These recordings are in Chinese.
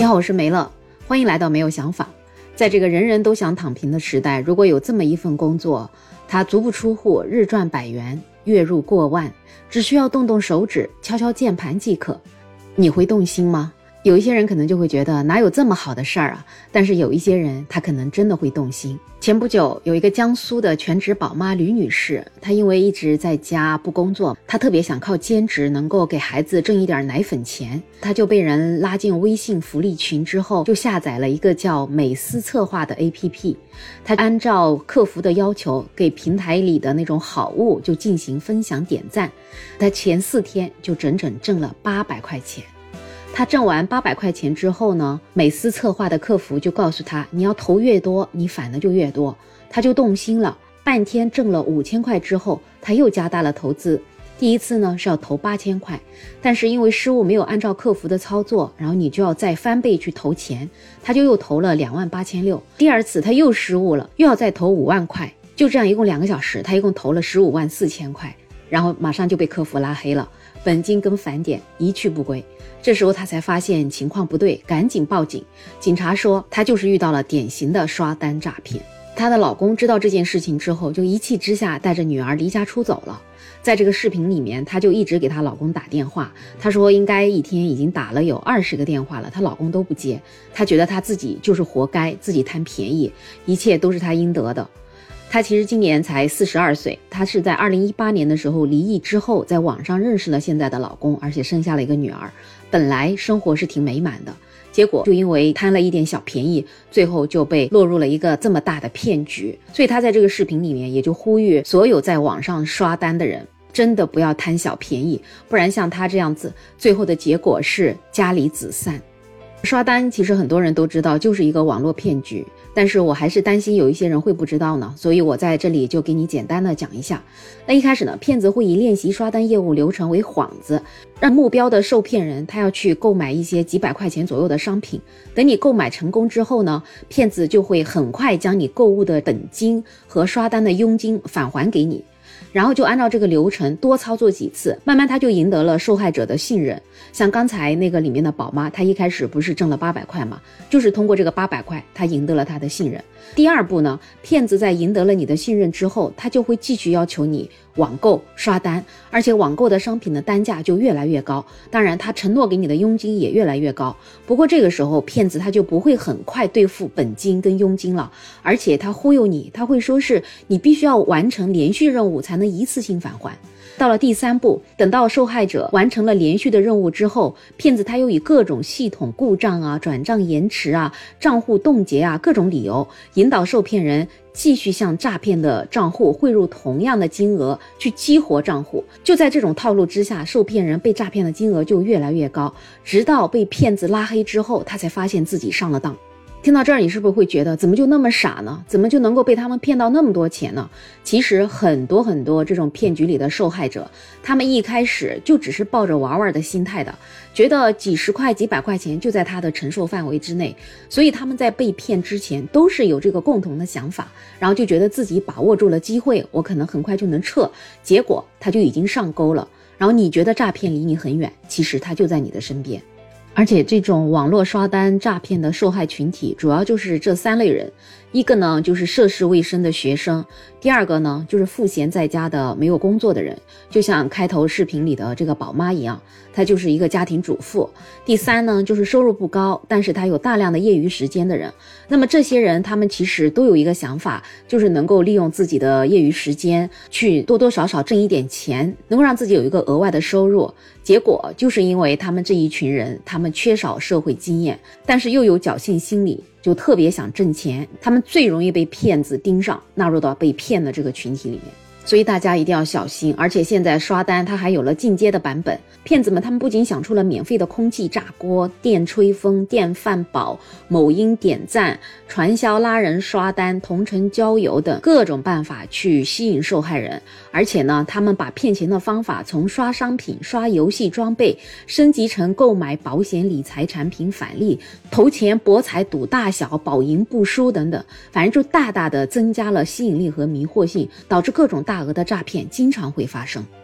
你好，我是梅乐，欢迎来到没有想法。在这个人人都想躺平的时代，如果有这么一份工作，它足不出户，日赚100元，月入过万，只需要动动手指，敲敲键盘即可，你会动心吗？有一些人可能就会觉得哪有这么好的事儿啊，但是有一些人他可能真的会动心。前不久有一个江苏的全职宝妈吕女士，她因为一直在家不工作，她特别想靠兼职能够给孩子挣一点奶粉钱，她就被人拉进微信福利群之后，就下载了一个叫美思策划的 APP， 她按照客服的要求给平台里的那种好物就进行分享点赞，她前4天就整整挣了800块钱。他挣完800块钱之后呢，美思策划的客服就告诉他，你要投越多，你返的就越多。他就动心了，半天挣了5000块之后，他又加大了投资。第一次呢是要投8000块，但是因为失误没有按照客服的操作，然后你就要再翻倍去投钱，他就又投了28600。第二次他又失误了，又要再投5万块，就这样一共2个小时，他一共投了154000块，然后马上就被客服拉黑了，本金跟返点一去不归。这时候他才发现情况不对，赶紧报警。警察说他就是遇到了典型的刷单诈骗。她的老公知道这件事情之后，就一气之下带着女儿离家出走了。在这个视频里面，她就一直给她老公打电话，她说应该一天已经打了有20个电话了，她老公都不接。她觉得她自己就是活该，自己贪便宜，一切都是她应得的。她其实今年才42岁，她是在2018年的时候离异之后，在网上认识了现在的老公，而且生下了一个女儿。本来生活是挺美满的，结果就因为贪了一点小便宜，最后就被落入了一个这么大的骗局。所以她在这个视频里面也就呼吁所有在网上刷单的人，真的不要贪小便宜，不然像她这样子，最后的结果是家离子散。刷单其实很多人都知道就是一个网络骗局，但是我还是担心有一些人会不知道呢，所以我在这里就给你简单的讲一下。那一开始呢，骗子会以练习刷单业务流程为幌子，让目标的受骗人他要去购买一些几百块钱左右的商品，等你购买成功之后呢，骗子就会很快将你购物的本金和刷单的佣金返还给你，然后就按照这个流程多操作几次，慢慢他就赢得了受害者的信任。像刚才那个里面的宝妈，她一开始不是挣了800块吗？就是通过这个800块，她赢得了她的信任。第二步呢，骗子在赢得了你的信任之后，他就会继续要求你网购刷单，而且网购的商品的单价就越来越高，当然他承诺给你的佣金也越来越高。不过这个时候骗子他就不会很快兑付本金跟佣金了，而且他忽悠你，他会说是你必须要完成连续任务才能一次性返还。到了第3步，等到受害者完成了连续的任务之后，骗子他又以各种系统故障啊、转账延迟啊、账户冻结啊各种理由，引导受骗人继续向诈骗的账户汇入同样的金额去激活账户。就在这种套路之下，受骗人被诈骗的金额就越来越高，直到被骗子拉黑之后，他才发现自己上了当。听到这儿，你是不是会觉得怎么就那么傻呢？怎么就能够被他们骗到那么多钱呢？其实很多这种骗局里的受害者，他们一开始就只是抱着玩玩的心态的，觉得几十块几百块钱就在他的承受范围之内，所以他们在被骗之前都是有这个共同的想法，然后就觉得自己把握住了机会，我可能很快就能撤，结果他就已经上钩了。然后你觉得诈骗离你很远，其实他就在你的身边。而且这种网络刷单诈骗的受害群体主要就是这3类人，一个呢就是涉世未深的学生，第二个呢就是赋闲在家的没有工作的人，就像开头视频里的这个宝妈一样，她就是一个家庭主妇。第3呢就是收入不高，但是她有大量的业余时间的人。那么这些人他们其实都有一个想法，就是能够利用自己的业余时间去多多少少挣一点钱，能够让自己有一个额外的收入。结果就是因为他们这一群人，他们缺少社会经验，但是又有侥幸心理，就特别想挣钱，他们最容易被骗子盯上，纳入到被骗的这个群体里面。所以大家一定要小心。而且现在刷单它还有了进阶的版本，骗子们他们不仅想出了免费的空气炸锅、电吹风、电饭煲、某音点赞、传销拉人刷单、同城交友等各种办法去吸引受害人，而且呢他们把骗钱的方法从刷商品、刷游戏装备升级成购买保险理财产品返利、投钱博彩赌大小、保赢不输等等，反正就大大的增加了吸引力和迷惑性，导致各种大额的诈骗经常会发生。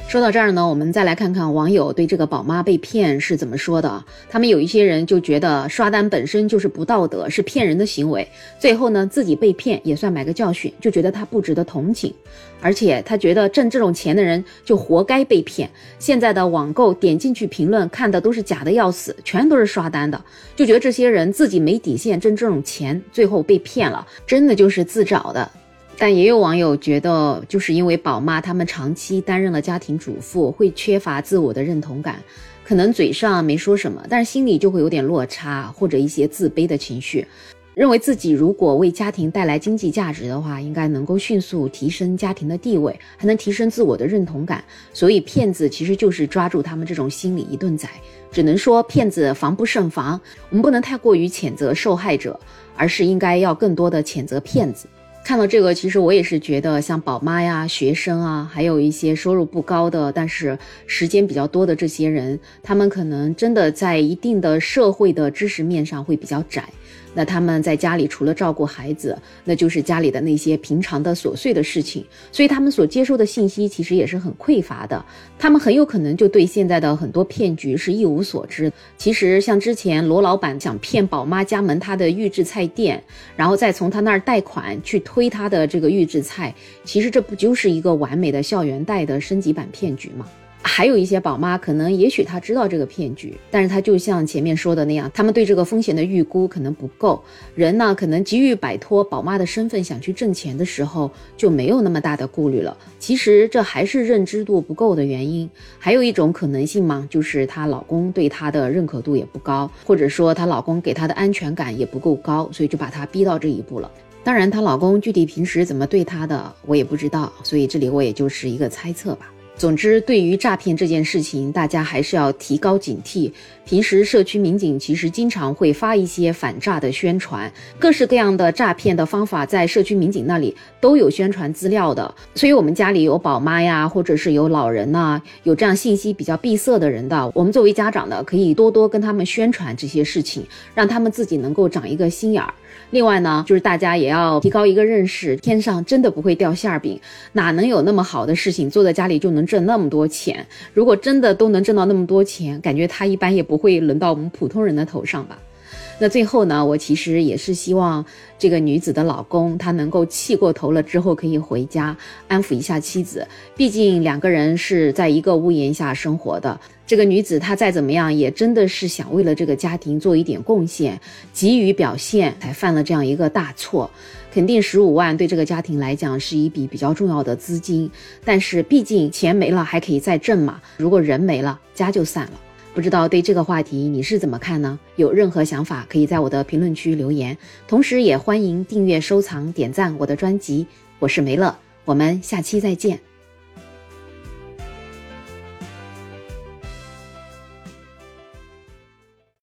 说到这儿呢，我们再来看看网友对这个宝妈被骗是怎么说的。他们有一些人就觉得刷单本身就是不道德，是骗人的行为，最后呢自己被骗也算买个教训，就觉得他不值得同情，而且他觉得挣这种钱的人就活该被骗。现在的网购点进去评论看的都是假的要死，全都是刷单的，就觉得这些人自己没底线挣这种钱，最后被骗了，真的就是自找的。但也有网友觉得，就是因为宝妈她们长期担任了家庭主妇，会缺乏自我的认同感，可能嘴上没说什么，但是心里就会有点落差，或者一些自卑的情绪，认为自己如果为家庭带来经济价值的话，应该能够迅速提升家庭的地位，还能提升自我的认同感，所以骗子其实就是抓住他们这种心理一顿宰。只能说骗子防不胜防，我们不能太过于谴责受害者，而是应该要更多的谴责骗子。看到这个，其实我也是觉得像宝妈呀、学生啊，还有一些收入不高的但是时间比较多的这些人，他们可能真的在一定的社会的知识面上会比较窄，那他们在家里除了照顾孩子，那就是家里的那些平常的琐碎的事情，所以他们所接收的信息其实也是很匮乏的，他们很有可能就对现在的很多骗局是一无所知。其实像之前罗老板想骗宝妈加盟他的预制菜店，然后再从他那儿贷款去推他的这个预制菜，其实这不就是一个完美的校园贷的升级版骗局吗？还有一些宝妈可能也许她知道这个骗局，但是她就像前面说的那样，他们对这个风险的预估可能不够，人呢可能急于摆脱宝妈的身份想去挣钱的时候就没有那么大的顾虑了。其实这还是认知度不够的原因。还有一种可能性嘛，就是她老公对她的认可度也不高，或者说她老公给她的安全感也不够高，所以就把她逼到这一步了。当然她老公具体平时怎么对她的我也不知道，所以这里我也就是一个猜测吧。总之，对于诈骗这件事情，大家还是要提高警惕。平时社区民警其实经常会发一些反诈的宣传，各式各样的诈骗的方法在社区民警那里都有宣传资料的。所以我们家里有宝妈呀，或者是有老人呐，有这样信息比较闭塞的人的，我们作为家长的可以多多跟他们宣传这些事情，让他们自己能够长一个心眼儿。另外呢，就是大家也要提高一个认识，天上真的不会掉馅饼，哪能有那么好的事情坐在家里就能挣那么多钱？如果真的都能挣到那么多钱，感觉他一般也不会轮到我们普通人的头上吧。那最后呢，我其实也是希望这个女子的老公他能够气过头了之后可以回家安抚一下妻子，毕竟两个人是在一个屋檐下生活的，这个女子她再怎么样也真的是想为了这个家庭做一点贡献，急于表现才犯了这样一个大错。肯定15万对这个家庭来讲是一笔比较重要的资金，但是毕竟钱没了还可以再挣嘛，如果人没了家就散了。不知道对这个话题你是怎么看呢？有任何想法可以在我的评论区留言，同时也欢迎订阅、收藏、点赞我的专辑。我是梅乐，我们下期再见。